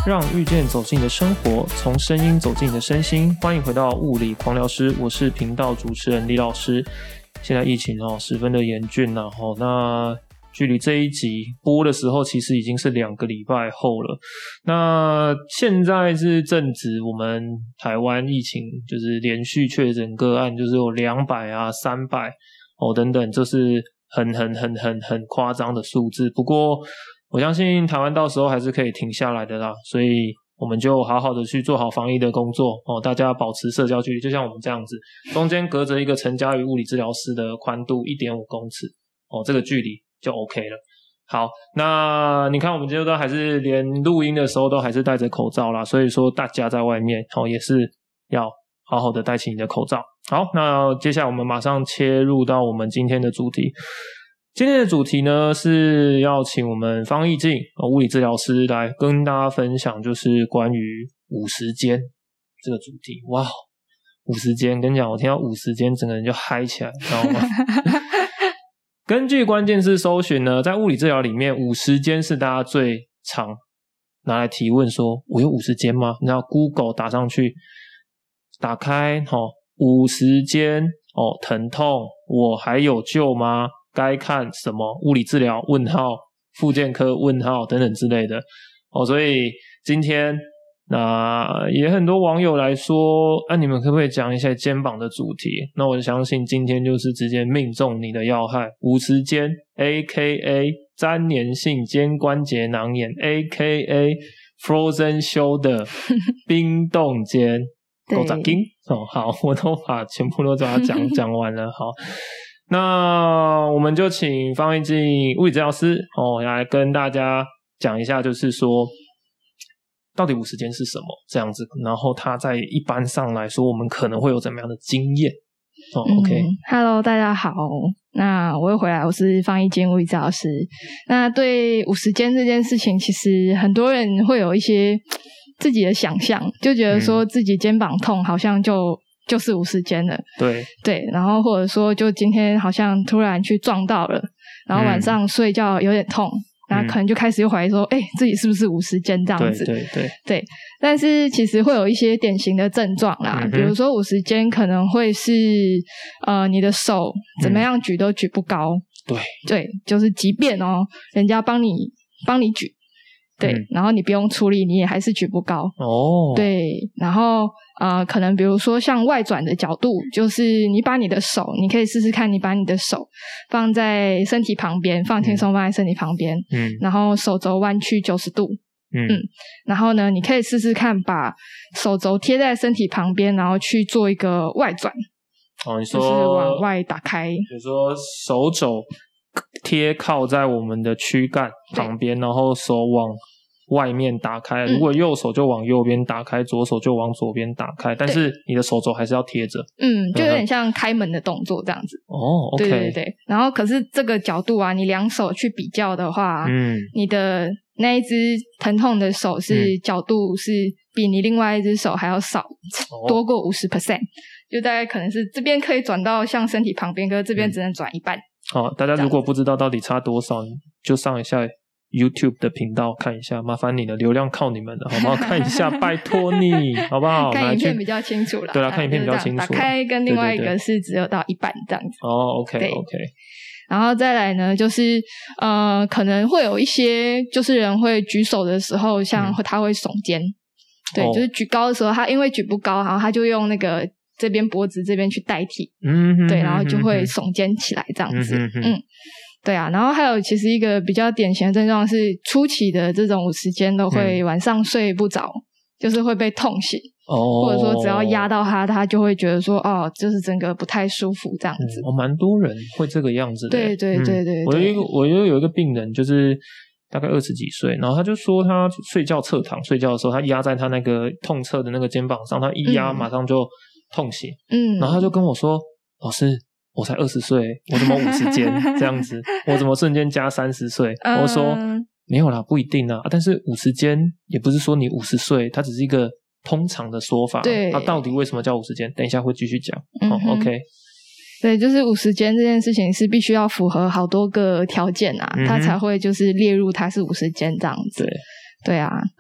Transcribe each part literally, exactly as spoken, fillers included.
让遇见走进你的生活，从声音走进你的身心。欢迎回到物理狂聊师，我是频道主持人李老师。现在疫情哦十分的严峻啊，哦，那距离这一集播的时候其实已经是两个礼拜后了。那现在是正值我们台湾疫情就是连续确诊个案就是有两百啊三百哦等等，这是很很很很很夸张的数字。不过我相信台湾到时候还是可以停下来的啦，所以我们就好好的去做好防疫的工作哦，大家保持社交距离，就像我们这样子，中间隔着一个陈嘉瑜物理治疗师的宽度 一点五公尺哦，这个距离就 OK 了。好，那你看我们这段还是连录音的时候都还是戴着口罩啦，所以说大家在外面哦也是要好好的戴起你的口罩。好，那接下来我们马上切入到我们今天的主题。今天的主题呢是要请我们方奕敬物理治疗师来跟大家分享，就是关于五十肩这个主题。哇，五十肩，跟你讲，我听到五十肩整个人就嗨起来，知道吗？根据关键字搜寻呢，在物理治疗里面五十肩是大家最常拿来提问说我有五十肩吗？你知道 Google 打上去，打开齁五十肩哦，疼痛我还有救吗？该看什么物理治疗问号复健科问号等等之类的哦，所以今天那也很多网友来说啊，你们可不可以讲一下肩膀的主题？那我相信今天就是直接命中你的要害。五十肩 A K A 粘连性肩关节囊炎 A K A Frozen Shoulder 冰冻肩够扎筋哦，好，我都把全部都把它讲讲完了。好，那我们就请方奕敬物理治疗师哦来跟大家讲一下，就是说到底五十肩是什么这样子，然后它在一般上来说我们可能会有怎么样的经验哦、嗯、OK Hello 大家好，那我又回来，我是方奕敬物理治疗师。那对五十肩这件事情，其实很多人会有一些自己的想象，就觉得说自己肩膀痛好像就就是五十肩了， 对对， 然后或者说就今天好像突然去撞到了，然后晚上睡觉有点痛，嗯、然后可能就开始又怀疑说，哎、欸，自己是不是五十肩这样子？ 对对对对。但是其实会有一些典型的症状啦，嗯、比如说五十肩可能会是呃你的手怎么样举都举不高，嗯、 对对，就是即便哦人家帮你帮你举。对、嗯，然后你不用出力，你也还是举不高哦。 对，然后呃，可能比如说像外转的角度，就是你把你的手，你可以试试看，你把你的手放在身体旁边，放轻松放在身体旁边，嗯，然后手肘弯曲九十度，嗯嗯，然后呢，你可以试试看把手肘贴在身体旁边，然后去做一个外转。 哦，你说就是往外打开， 比如说手肘贴靠在我们的躯干旁边，然后手往外面打开，如果右手就往右边打开，左手就往左边打开，但是你的手肘还是要贴着， 嗯，就有点像开门的动作这样子。 哦 ，OK， 对对对。然后可是这个角度啊，你两手去比较的话，嗯，你的那一只疼痛的手是角度是比你另外一只手还要少，哦、多过 百分之五十， 就大概可能是这边可以转到像身体旁边，可是这边只能转一半。好、 嗯哦，大家如果不知道到底差多少，就上一下YouTube 的频道看一下，麻烦你的流量靠你们了，好不好？看一下，拜托你，好不好？ 看影片比较清楚啦。 对啦，看影片比较清楚。 打开跟另外一个是只有到一半这样子。 哦 ，OK OK。 然后再来呢，就是呃，可能会有一些就是人会举手的时候，像他会耸肩，嗯、对、哦，就是举高的时候，他因为举不高，然后他就用那个这边脖子这边去代替，嗯哼，对，然后就会耸肩起来这样子，嗯哼哼嗯。对啊，然后还有其实一个比较典型的症状是初期的这种五十肩都会晚上睡不着，嗯、就是会被痛醒，哦，或者说只要压到他，他就会觉得说哦，就是整个不太舒服这样子。 嗯、哦，蛮多人会这个样子的。 对对对 对, 对、嗯。 我有一个，我又有一个病人，就是大概二十几岁，然后他就说他睡觉侧躺睡觉的时候，他压在他那个痛侧的那个肩膀上，他一压马上就痛醒。嗯，然后他就跟我说，老师。我才二十岁，我怎么五十肩这样子？我怎么瞬间加三十岁？我说没有啦，不一定啊。啊但是五十肩也不是说你五十岁，它只是一个通常的说法。对，它、啊、到底为什么叫五十肩？等一下会继续讲。嗯、哦 ，OK。 对，就是五十肩这件事情是必须要符合好多个条件啊，嗯、它才会就是列入它是五十肩这样子。对，对啊。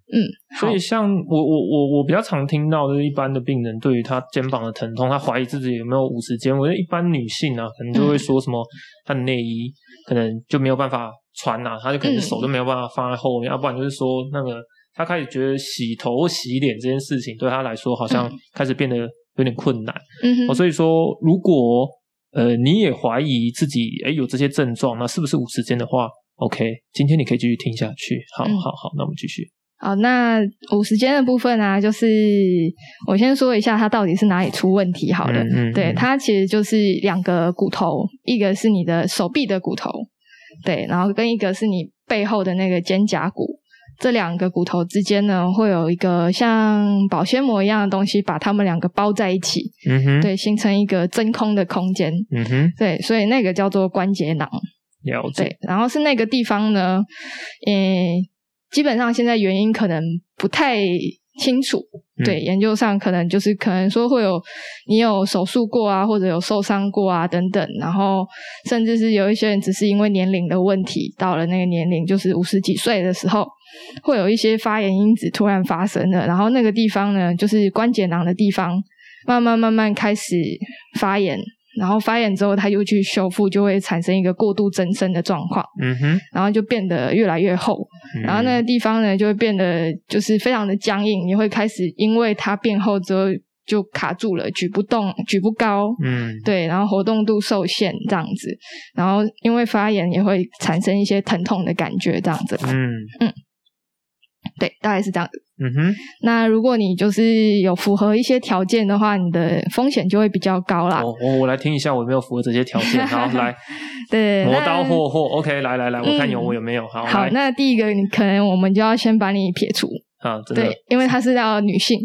嗯， 所以像我我我我比较常听到的，一般的病人对于他肩膀的疼痛，他怀疑自己有没有五十肩。我觉得一般女性啊，可能就会说什么，她的内衣可能就没有办法穿啊，她就可能手就没有办法放在后面，要、嗯啊、不然就是说那个她开始觉得洗头或洗脸这件事情对她来说好像开始变得有点困难。嗯、哦，所以说如果呃你也怀疑自己诶有这些症状，那是不是五十肩的话 ？OK， 今天你可以继续听下去。好，好，好，那我们继续。 好，那五十肩的部分啊，就是我先说一下它到底是哪里出问题好了。嗯嗯对，它其实就是两个骨头，一个是你的手臂的骨头，对，然后跟一个是你背后的那个肩胛骨，这两个骨头之间呢，会有一个像保鲜膜一样的东西把它们两个包在一起，嗯哼，对，形成一个真空的空间，嗯哼，对，所以那个叫做关节囊。 了解。 对，然后是那个地方呢，诶。基本上现在原因可能不太清楚，嗯、对，研究上可能就是可能说会有你有手术过啊，或者有受伤过啊等等，然后甚至是有一些人只是因为年龄的问题，到了那个年龄就是五十几岁的时候，会有一些发炎因子突然发生了，然后那个地方呢，就是关节囊的地方，慢慢慢慢开始发炎。然后发炎之后它又去修复，就会产生一个过度增生的状况，嗯哼，然后就变得越来越厚，嗯、然后那个地方呢就会变得就是非常的僵硬，你会开始因为它变厚之后就卡住了，举不动，举不高，嗯，对，然后活动度受限这样子，然后因为发炎也会产生一些疼痛的感觉这样子，嗯嗯，对，大概是这样子。嗯哼，那如果你就是有符合一些条件的话，你的风险就会比较高啦。 哦，我我来听一下我有没有符合这些条件。好，来， 对， 磨刀霍霍 ，OK， 来来来，我看有我有没有。好， 好， 来那第一个，你可能我们就要先把你撇除。 啊，真的， 对，因为她是要女性。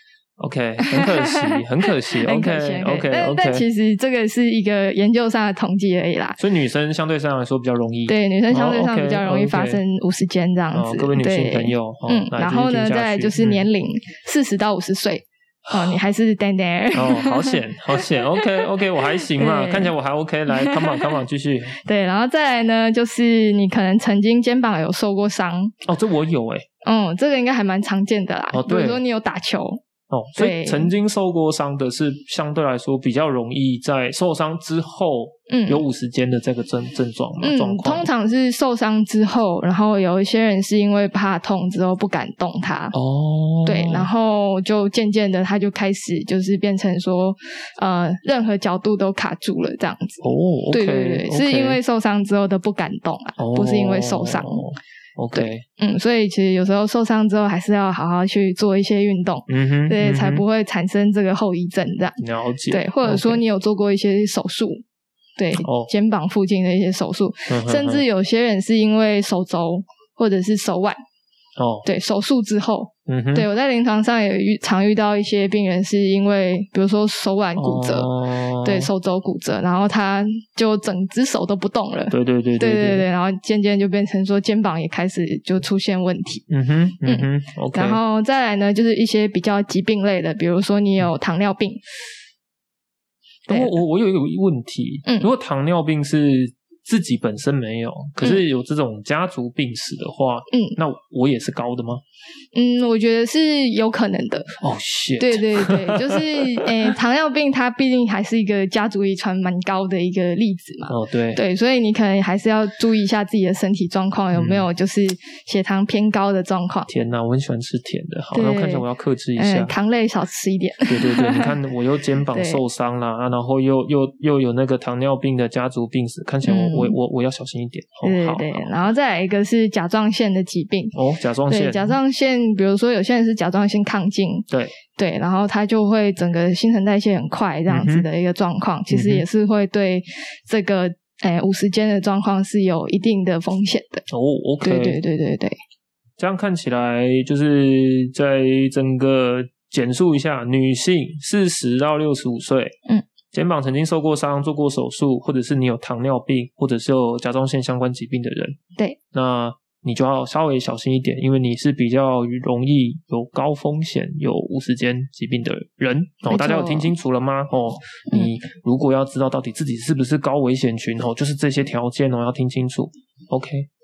OK， 很可惜，很可惜。OK，OK，OK，、okay, okay, okay, 但其实这个是一个研究上的统计而已啦。 所以女生相对上来说比较容易， 对，女生相对上比较容易发生五十肩这样子。 哦、各位女性朋友，哦、 嗯，然后呢，再来就是年龄四十到五十岁。哦，你还是呆呆哦，好险，好险 ，OK OK， 我还行嘛，看起来我还 OK， 来 ，come on come on， 继续。 对，然后再来呢，就是你可能曾经肩膀有受过伤。 哦，这我有诶、欸。 嗯，这个应该还蛮常见的啦。哦，对，比如说你有打球。 哦，所以曾经受过伤的是相对来说比较容易在受伤之后，嗯，有五十肩的这个症症状嘛？ 嗯，通常是受伤之后，然后有一些人是因为怕痛之后不敢动它。哦，对，然后就渐渐的他就开始就是变成说，呃，任何角度都卡住了这样子。 哦， okay, 对对对， okay. 是因为受伤之后的不敢动啊，哦、不是因为受伤。 OK， 嗯，所以其实有时候受伤之后还是要好好去做一些运动，嗯哼，对，嗯哼，才不会产生这个后遗症这样。 了解， 对，或者说你有做过一些手术，对，哦、肩膀附近的一些手术，嗯、甚至有些人是因为手肘或者是手腕，哦，对，手术之后，嗯哼，对我在临床上也遇常遇到一些病人是因为比如说手腕骨折，哦、对，手肘骨折，然后他就整只手都不动了， 对对对对对 对, 对，然后渐渐就变成说肩膀也开始就出现问题， 嗯哼嗯哼、嗯、OK， 然后再来呢就是一些比较疾病类的，比如说你有糖尿病。 不过我我有一个问题，嗯，如果糖尿病是自己本身没有，可是有这种家族病史的话，嗯，那我也是高的吗？ 嗯，我觉得是有可能的。 哦、oh, shit！ 对对对，就是诶，糖尿病它毕竟还是一个家族遗传蛮高的一个例子嘛。 哦，对对，所以你可能还是要注意一下自己的身体状况有没有就是血糖偏高的状况。 天哪，我很喜欢吃甜的，好，那我看起来我要克制一下， 嗯、糖类少吃一点。 对对对，你看我又肩膀受伤啦，啊、然后又又又有那个糖尿病的家族病史，看起来我、嗯、我我我要小心一点。 哦、对对对，然后再来一个是甲状腺的疾病。 哦，甲状腺， 对，甲状腺，比如说有些人是甲状腺亢进， 对对，然后他就会整个新陈代谢很快这样子的一个状况，嗯、其实也是会对这个诶五十肩的状况是有一定的风险的。 哦 ，OK， 对对对对对， 这样看起来就是在整个简述一下，女性四十到六十五岁，嗯。肩膀曾经受过伤、做过手术，或者是你有糖尿病，或者是有甲状腺相关疾病的人， 对， 那你就要稍微小心一点，因为你是比较容易有高风险有五十肩疾病的人哦。大家有听清楚了吗？哦，嗯、你如果要知道到底自己是不是高危险群哦，就是这些条件哦，要听清楚。OK，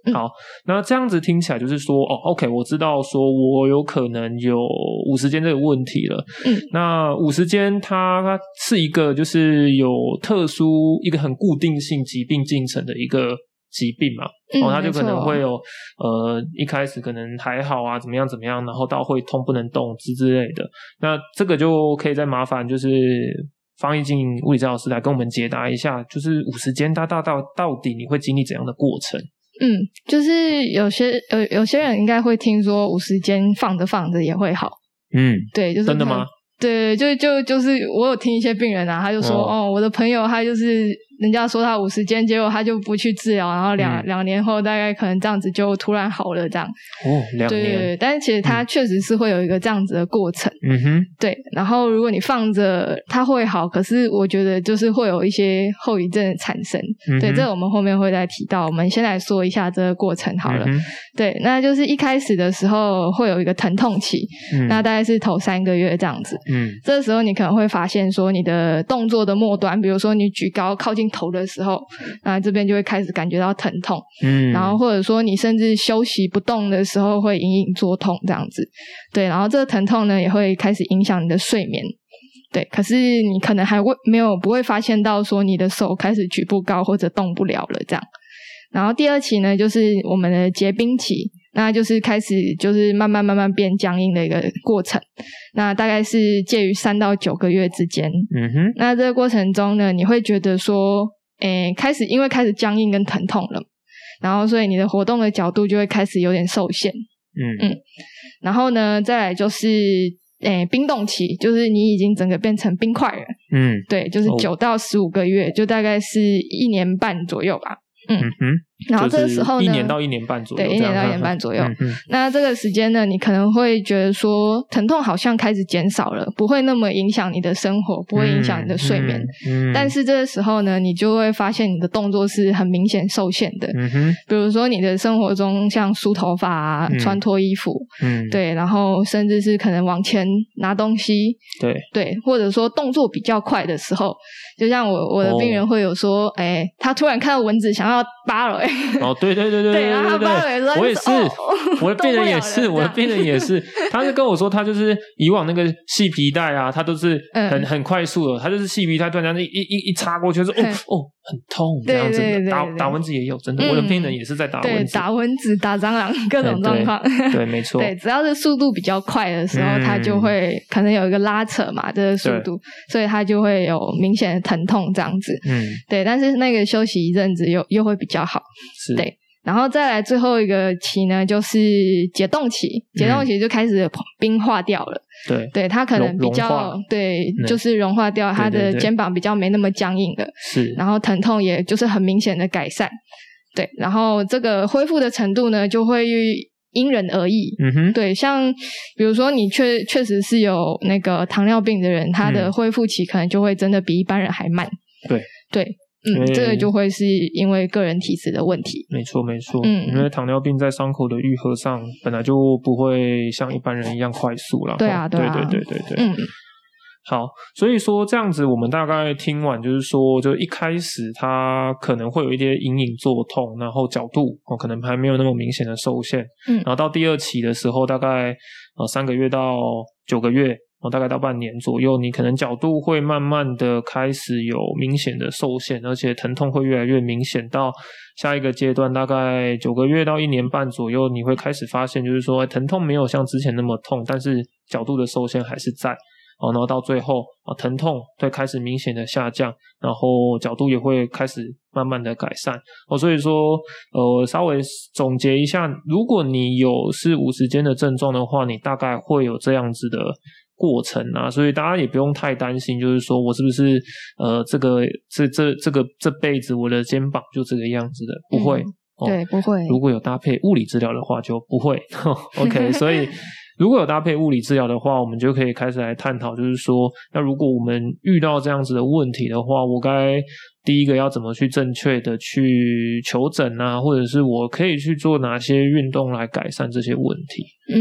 好，那这样子听起来就是说，哦 ，OK， 我知道说我有可能有五十肩这个问题了。 嗯， 那五十肩它是一个就是有特殊一个很固定性疾病进程的一个疾病嘛， 嗯、 哦，它就可能会有呃一开始可能还好啊，怎么样怎么样，然后到会痛不能动之之类的。那这个就可以再麻烦就是方奕敬物理治疗师来跟我们解答一下，就是五十肩它到到到底你会经历怎样的过程？ 嗯，就是有些有有些人应该会听说五十肩放着放着也会好。嗯，对，就是真的吗？ 对，就就就是我有听一些病人啊，他就说，哦，哦我的朋友他就是人家说他五十肩，结果他就不去治疗，然后两、嗯、两年后大概可能这样子就突然好了这样。 哦，两年。 对对，但是其实他确实是会有一个这样子的过程。 嗯哼。 对，然后如果你放着他会好，可是我觉得就是会有一些后遗症的产生。嗯、对，这个我们后面会再提到。我们先来说一下这个过程好了。嗯、对，那就是一开始的时候会有一个疼痛期，嗯、那大概是头三个月这样子。嗯，这时候你可能会发现说你的动作的末端，比如说你举高靠近头的时候，那这边就会开始感觉到疼痛。嗯，然后或者说你甚至休息不动的时候会隐隐作痛这样子。对，然后这个疼痛呢也会开始影响你的睡眠。对，可是你可能还会没有不会发现到说你的手开始举不高或者动不了了这样。然后第二期呢就是我们的结冰期，那就是开始就是慢慢慢慢变僵硬的一个过程，那大概是介于三到九个月之间。嗯哼，那这个过程中呢，你会觉得说，诶，开始因为开始僵硬跟疼痛了，然后所以你的活动的角度就会开始有点受限。嗯嗯，然后呢，再来就是诶冰冻期，就是你已经整个变成冰块了。嗯，对，就是九到十五个月，就大概是一年半左右吧。嗯哼，然后这个时候呢， 就是一年到一年半左右， 对，一年到一年半左右。嗯、那这个时间呢，你可能会觉得说，疼痛好像开始减少了，不会那么影响你的生活，不会影响你的睡眠。嗯嗯、但是这个时候呢，你就会发现你的动作是很明显受限的。嗯哼，比如说你的生活中，像梳头发啊、嗯、穿脱衣服，嗯，对，然后甚至是可能往前拿东西， 对对，或者说动作比较快的时候，就像我我的病人会有说，哎、哦，他突然看到蚊子想要扒了、欸， 哦，对对对对对对对对，我也是，哦、我的病人也是，我的病人也是，他是跟我说，他就是以往那个细皮带啊，他都是很、嗯、很快速的，他就是细皮带突然间一一一插过去，说哦哦很痛这样子， 对对对对， 打打蚊子也有，真的，嗯、我的病人也是在打蚊子， 对，打蚊子、打蟑螂各种状况， 对，对，没错， 对，只要是速度比较快的时候，嗯、他就会可能有一个拉扯嘛，这个速度，所以他就会有明显的疼痛这样子，嗯，对，但是那个休息一阵子又又会比较好。 是， 对，然后再来最后一个期呢，就是解冻期，解冻期就开始冰化掉了。 对、嗯， 对，它可能比较对，就是融化掉，它的肩膀比较没那么僵硬了。 是， 然后疼痛也就是很明显的改善。对，然后这个恢复的程度呢，就会因人而异。嗯哼，对，像比如说你确确实是有那个糖尿病的人，他的恢复期可能就会真的比一般人还慢。 对， 对。嗯，这个就会是因为个人体质的问题。 没错，没错。嗯，因为糖尿病在伤口的愈合上本来就不会像一般人一样快速啦。 对啊，对啊， 对对对对对。嗯，好，所以说这样子，我们大概听完就是说，就一开始它可能会有一些隐隐作痛，然后角度哦可能还没有那么明显的受限。嗯，然后到第二期的时候，大概呃三个月到九个月。哦，大概到半年左右，你可能角度会慢慢的开始有明显的受限，而且疼痛会越来越明显。到下一个阶段，大概九个月到一年半左右，你会开始发现，就是说疼痛没有像之前那么痛，但是角度的受限还是在。哦，然后到最后啊，疼痛会开始明显的下降，然后角度也会开始慢慢的改善。哦，所以说，呃，稍微总结一下，如果你有是五十肩的症状的话，你大概会有这样子的过程啊，所以大家也不用太担心，就是说我是不是呃这个这这这个这辈子我的肩膀就这个样子的，不会， 嗯哦、对，不会。 如果有搭配物理治疗的话，就不会。OK， 所以如果有搭配物理治疗的话，我们就可以开始来探讨，就是说，那如果我们遇到这样子的问题的话，我该第一个要怎么去正确的去求诊啊，或者是我可以去做哪些运动来改善这些问题？ 嗯。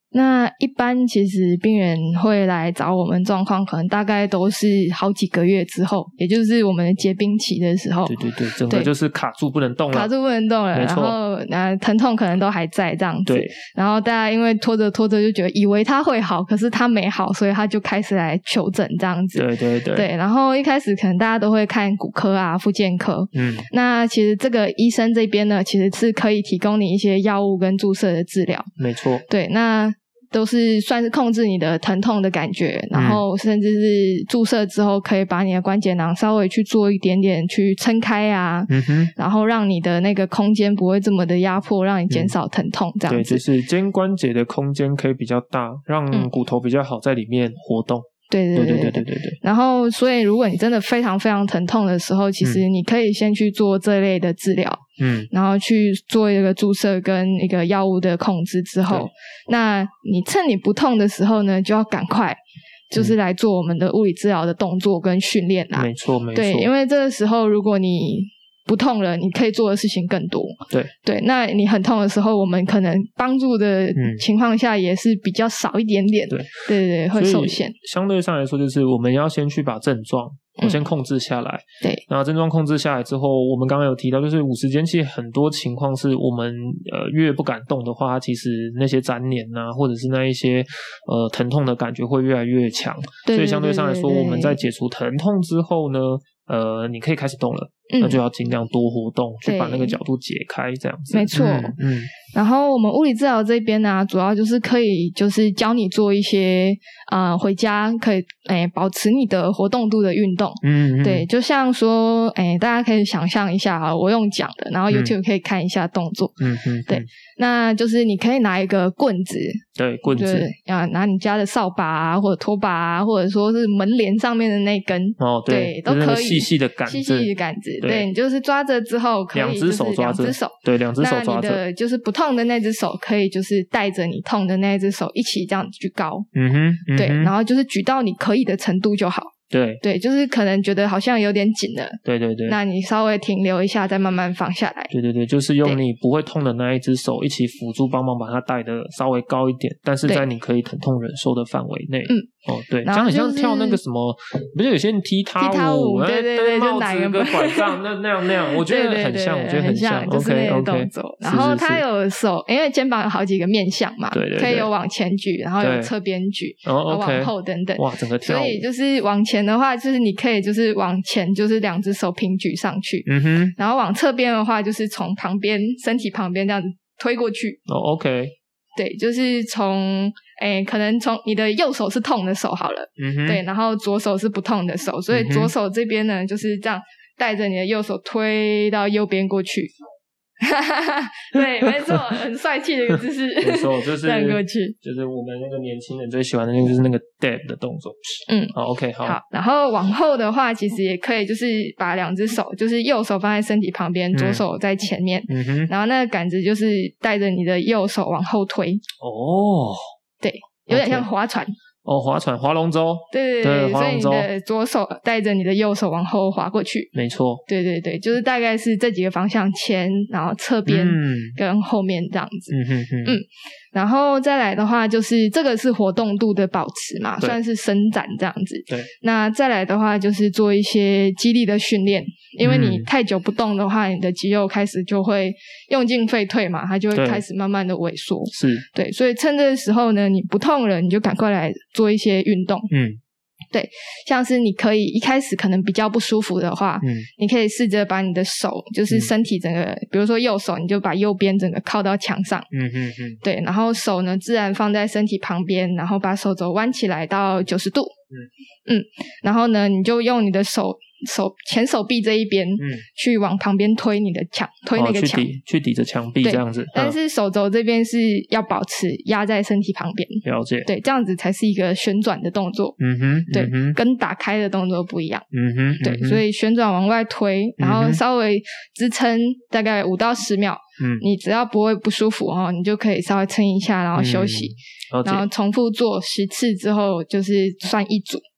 那一般其实病人会来找我们状况，可能大概都是好几个月之后，也就是我们的结冰期的时候。 对对对，整个就是卡住不能动了， 卡住不能动了， 没错， 然后呃疼痛可能都还在这样子。 对， 然后大家因为拖着拖着就觉得以为他会好，可是他没好，所以他就开始来求诊这样子。 对对对， 对，然后一开始可能大家都会看骨科啊、复健科。嗯，那其实这个医生这边呢，其实是可以提供你一些药物跟注射的治疗。 没错， 对，那都是算是控制你的疼痛的感觉，然后甚至是注射之后可以把你的关节囊稍微去做一点点去撑开啊，嗯哼，然后让你的那个空间不会这么的压迫，让你减少疼痛这样子。 对，就是肩关节的空间可以比较大，让骨头比较好在里面活动。 对对对对对对对对。然后，所以如果你真的非常非常疼痛的时候，其实你可以先去做这类的治疗，嗯，然后去做一个注射跟一个药物的控制之后，那你趁你不痛的时候呢，就要赶快就是来做我们的物理治疗的动作跟训练啦。 没错，没错。 对，因为这个时候如果你不痛了，你可以做的事情更多。 对对，那你很痛的时候，我们可能帮助的情况下也是比较少一点点。对对对，会受限。 相对上来说，就是我们要先去把症状我先控制下来。嗯、 对， 那症状控制下来之后，我们刚刚有提到，就是五十间其实很多情况是我们呃越不敢动的话，它其实那些粘连啊，或者是那一些呃疼痛的感觉会越来越强。 对对对对对， 所以相对上来说，我们在解除疼痛之后呢，呃，你可以开始动了。嗯、那就要尽量多活动，去把那个角度解开，这样子。 没错，嗯。嗯然后我们物理治疗这边呢、啊，主要就是可以就是教你做一些呃回家可以诶保持你的活动度的运动。嗯, 嗯，对，就像说诶大家可以想象一下啊，我用讲的，然后 YouTube 可以看一下动作。嗯嗯，对，那就是你可以拿一个棍子， 对，棍子， 啊，拿你家的扫把啊，或者拖把啊，或者说是门帘上面的那根， 哦，对， 对都可以， 细细的杆子， 细细的杆子，对, 对你就是抓着之后可以两只手抓着， 两只手， 对，两只手抓着， 那你的就是不痛的那只手可以就是带着你痛的那只手一起这样子举高，嗯哼，嗯哼对，然后就是举到你可以的程度就好。 对对，就是可能觉得好像有点紧了， 对对对， 那你稍微停留一下，再慢慢放下来。 对对对，就是用你不会痛的那一只手一起辅助帮忙把它带的稍微高一点，但是在你可以疼痛忍受的范围内。嗯，哦对，这样很像跳那个什么，不是有些人踢踏舞， 对对对， 帽子跟拐杖那那样那样，我觉得很像，我觉得很像， 就是那个动作。然后他有手，因为肩膀有好几个面向嘛， 对对， 可以有往前举，然后有侧边举，然后往后等等。 哇，整个跳舞。 所以就是往前的话，就是你可以就是往前，就是两只手平举上去，嗯哼，然后往侧边的话，就是从旁边身体旁边这样子推过去。 哦 ，OK， 对，就是从诶，可能从你的右手是痛的手好了，嗯哼，对，然后左手是不痛的手，所以左手这边呢，就是这样带着你的右手推到右边过去。对，没错，很帅气的一个姿势。 没错，就是这样过去， 就是我们那个年轻人最喜欢的那个，就是那个 dab 的动作。嗯，好 ，OK， 好。 好，然后往后的话，其实也可以，就是把两只手，就是右手放在身体旁边，嗯、左手在前面。嗯哼。然后那个杆子就是带着你的右手往后推。 哦。 对，有点像划船。 哦，划船、划龙舟， 对对对，所以你的左手带着你的右手往后划过去， 没错， 对对对，就是大概是这几个方向，前，然后侧边跟后面这样子，嗯哼哼，嗯，然后再来的话，就是这个是活动度的保持嘛，算是伸展这样子， 对， 那再来的话就是做一些肌力的训练，因为你太久不动的话，你的肌肉开始就会用进废退嘛，它就会开始慢慢的萎缩， 是对，所以趁这个时候呢，你不痛了，你就赶快来做一些运动，嗯，对，像是你可以一开始可能比较不舒服的话，嗯，你可以试着把你的手，就是身体整个，嗯、比如說右手，你就把右边整个靠到墙上，嗯嗯嗯，对，然后手呢自然放在身体旁边，然后把手肘弯起来到九十度，嗯嗯，然后呢，你就用你的手。手前手臂这一边，嗯，去往旁边推你的墙，推那个墙， 哦、去抵去抵着墙壁这样子。 但是手肘这边是要保持压在身体旁边， 了解。 对，这样子才是一个旋转的动作。嗯哼，对，嗯哼，跟打开的动作不一样。嗯哼，对，嗯哼，所以旋转往外推，然后稍微支撑大概五到十秒。嗯，你只要不会不舒服哦，你就可以稍微撑一下，然后休息，嗯、然后重复做十次之后，就是算一组。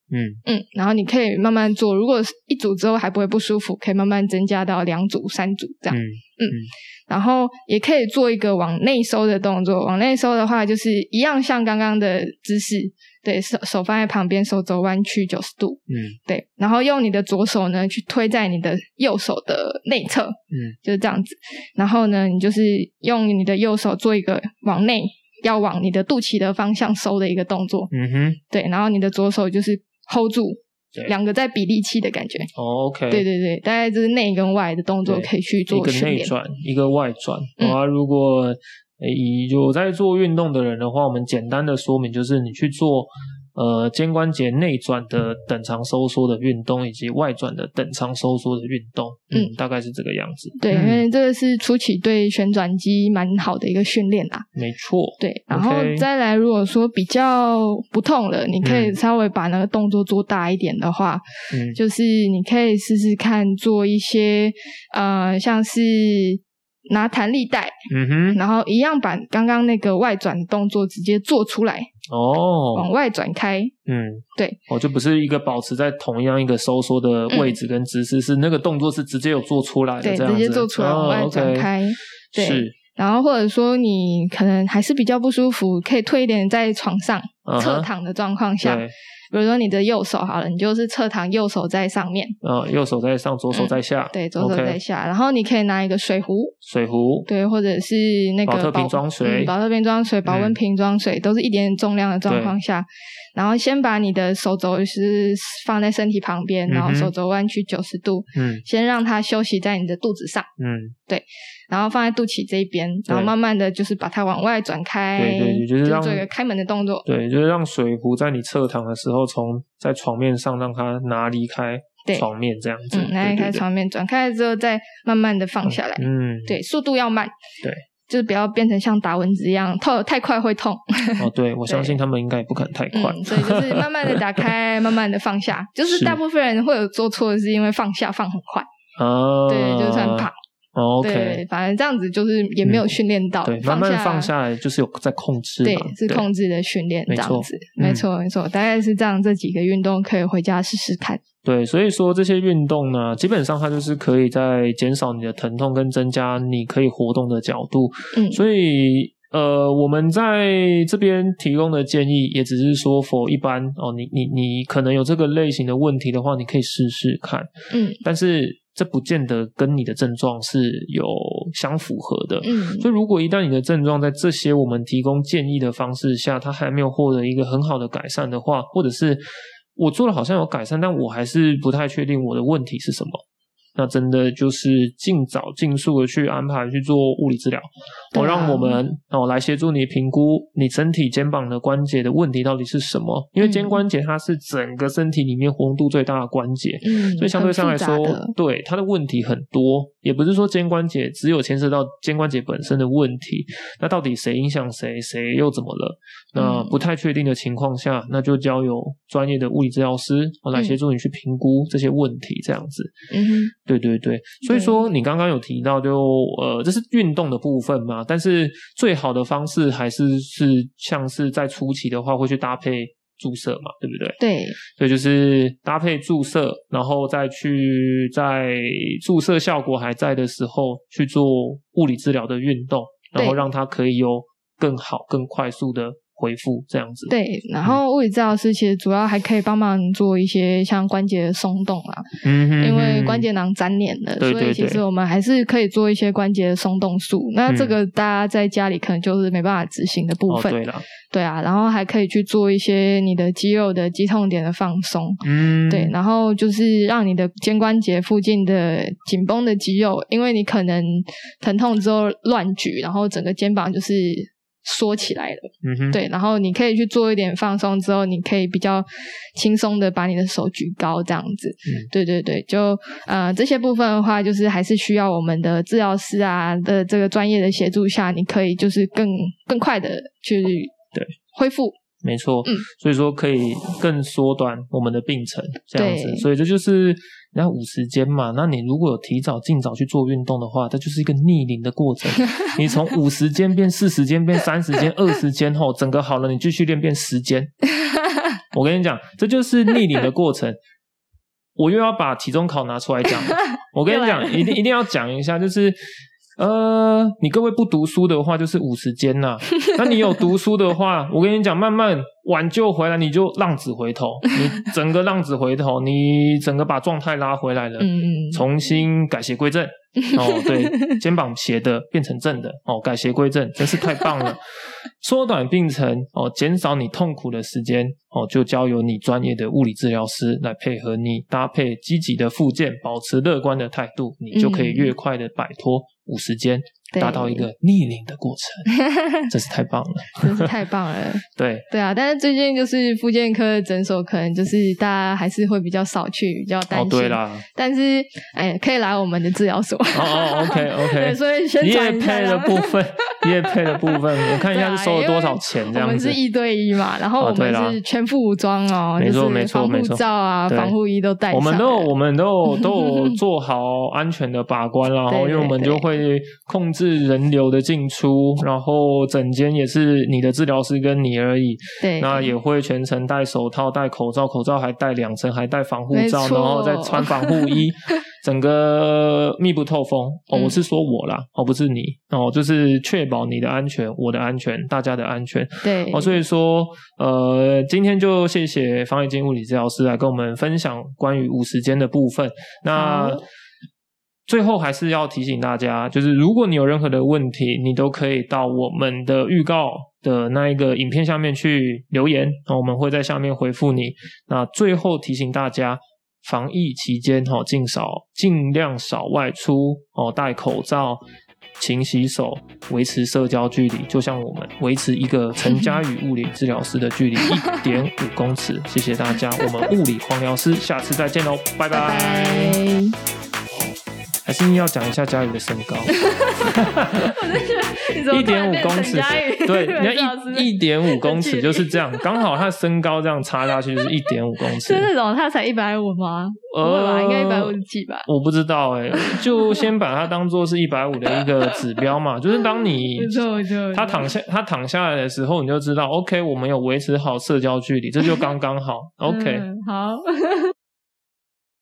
嗯嗯，然后你可以慢慢做，如果一组之后还不会不舒服，可以慢慢增加到两组、三组这样。 嗯嗯，然后也可以做一个往内收的动作。往内收的话，就是一样像刚刚的姿势，对手手放在旁边，手肘弯曲九十度。 嗯， 对，然后用你的左手呢去推在你的右手的内侧。 嗯， 就是这样子。然后呢，你就是用你的右手做一个往内要往你的肚脐的方向收的一个动作。 嗯哼， 对，然后你的左手就是 hold 住。两个在比力气的感觉。 哦 OK， 对对对，大概就是内跟外的动作可以去做训练， 一个内转一个外转。 嗯、 然后如果以有在做运动的人的话，我们简单的说明就是你去做呃肩关节内转的等长收缩的运动，以及外转的等长收缩的运动。嗯，嗯大概是这个样子。 对、 嗯、 因为这个是初期对旋转肌蛮好的一个训练啦。 没错。 对，然后再来如果说比较不痛了，你可以稍微把那个动作做大一点的话，嗯，就是你可以试试看做一些呃像是拿弹力带， 嗯哼， 然后一样把刚刚那个外转动作直接做出来， 哦， 往外转开， 嗯， 对， 哦，就不是一个保持在同样一个收缩的位置跟姿势，嗯、是那个动作是直接有做出来的， 对， 这样子直接做出来，往外转开，哦 okay、对，是。然后或者说你可能还是比较不舒服，可以退一点在床上、uh-huh, 侧躺的状况下。比如说你的右手好了，你就是侧躺，右手在上面， 嗯，右手在上，左手在下， 嗯、对，左手在下。Okay. 然后你可以拿一个水壶， 水壶， 对，或者是那个保特瓶装水， 嗯、保特瓶装水、保温瓶装水，嗯、都是一点点重量的状况下，然后先把你的手肘是放在身体旁边，然后手肘弯曲九十度，嗯，先让它休息在你的肚子上，嗯，对，然后放在肚脐这一边，然后慢慢的就是把它往外转开， 对对，就是让就做一个开门的动作， 对，就是让水壶在你侧躺的时候，从在床面上让它拿离开床面这样子， 嗯，拿离开床面，转开了之后再慢慢的放下来，嗯，对，速度要慢， 对， 就是不要变成像打蚊子一样，痛太快会痛。 哦，对，我相信他们应该也不可能太快， 嗯、所以就是慢慢的打开，慢慢的放下，就是大部分人会有做错的是因为放下放很快， 啊， 对，就是很胖。 哦 ，OK， 对，反正这样子就是也没有训练到、 嗯，对，慢慢放下来就是有在控制嘛， 对，是控制的训练，这样子，没错、嗯、没错，大概是这样，这几个运动可以回家试试看。 对，所以说这些运动呢，基本上它就是可以在减少你的疼痛跟增加你可以活动的角度，嗯，所以。呃，我们在这边提供的建议也只是说 for 一般哦，你你你可能有这个类型的问题的话，你可以试试看，嗯，但是这不见得跟你的症状是有相符合的，嗯，所以如果一旦你的症状在这些我们提供建议的方式下，它还没有获得一个很好的改善的话，或者是我做了好像有改善，但我还是不太确定我的问题是什么。那真的就是尽早尽速的去安排去做物理治疗，我、啊哦、让我们哦来协助你评估你身体肩膀的关节的问题到底是什么，因为肩关节它是整个身体里面活动度最大的关节，嗯，所以相对上来说，对它的问题很多，也不是说肩关节只有牵涉到肩关节本身的问题，那到底谁影响谁，谁又怎么了？那不太确定的情况下，那就交由专业的物理治疗师、哦、来协助你去评估这些问题，这样子，嗯哼。对对对，所以说你刚刚有提到就呃这是运动的部分嘛，但是最好的方式还是是像是在初期的话会去搭配注射嘛，对不对？ 对， 所以就是搭配注射，然后再去在注射效果还在的时候去做物理治疗的运动，然后让它可以有更好更快速的恢复这样子。 对，然后物理治疗师其实主要还可以帮忙做一些像关节的松动啦，嗯哼哼，因为关节囊粘连了，对对对，所以其实我们还是可以做一些关节的松动术。那这个大家在家里可能就是没办法执行的部分。 哦，对啦， 对啊，然后还可以去做一些你的肌肉的肌痛点的放松，嗯，对，然后就是让你的肩关节附近的紧绷的肌肉，因为你可能疼痛之后乱举，然后整个肩膀就是缩起来了，嗯哼，对，然后你可以去做一点放松之后，你可以比较轻松的把你的手举高这样子，嗯，对对对，就呃这些部分的话，就是还是需要我们的治疗师啊的这个专业的协助下，你可以就是更更快的去对恢复。 没错，嗯，所以说可以更缩短我们的病程这样子，所以这就是人家五十肩嘛，那你如果有提早尽早去做运动的话，这就是一个逆龄的过程，你从五十肩变四十肩变三十肩二十肩后整个好了，你继续练变十肩我跟你讲，这就是逆龄的过程。我又要把期中考拿出来讲了。我跟你讲，一定一定要讲一下，就是呃，你各位不读书的话，就是五十间呐。那你有读书的话，我跟你讲，慢慢挽救回来，你就浪子回头，你整个浪子回头，你整个把状态拉回来了， 嗯， 重新改邪归正。哦，对，肩膀斜的变成正的，哦，改邪归正，真是太棒了。缩短病程，哦，减少你痛苦的时间，哦，就交由你专业的物理治疗师来配合你，搭配积极的复健，保持乐观的态度，你就可以越快的摆脱五十肩，达到一个逆龄的过程。真是太棒了， 真是太棒了。 对对啊，但是最近就是复健科的诊所，可能就是大家还是会比较少去，比较担心。 哦，对啦。 但是，哎，可以来我们的治疗所。 哦哦 ，OK OK。 对，所以宣传一下。 业配的部分，业配的部分，我看一下是收了多少钱这样子。 我们是一对一嘛，然后我们是全副武装哦， 没错没错没错，防护罩啊、防护衣都戴上。 我们都有我们都有都有做好安全的把关啦，然后因为我们就会控制人流的进出，然后整间也是你的治疗师跟你而已。 对， 那也会全程戴手套、戴口罩，口罩还戴两层，还戴防护罩，然后再穿防护衣。整个密不透风哦，我是说我啦，哦不是你哦，就是确保你的安全、我的安全、大家的安全。 对哦， 所以说呃，今天就谢谢方义金物理治疗师来跟我们分享关于五十肩的部分。那最后还是要提醒大家，就是如果你有任何的问题，你都可以到我们的预告的那一个影片下面去留言，我们会在下面回复你。那最后提醒大家，防疫期间齁，尽少尽量少外出哦，戴口罩，勤洗手，维持社交距离，就像我们维持一个陈嘉宇物理治疗师的距离一点五公尺。谢谢大家，我们物理狂聊师下次再见喽，拜拜。 拜拜。 还是要讲一下嘉宇的身高。一点五公尺，对，你要一一点五公尺就是这样，刚好他的身高这样插下去就是一点五公尺。 是那种他才一百五吗？呃，不会吧，应该一百五十几吧？ 我不知道哎、欸，就先把它当做是一百五的一个指标嘛，就是当你他躺下他躺下来的时候，你就知道 ，OK， 我们有维持好社交距离，这就刚刚好 ，OK，、 嗯、好。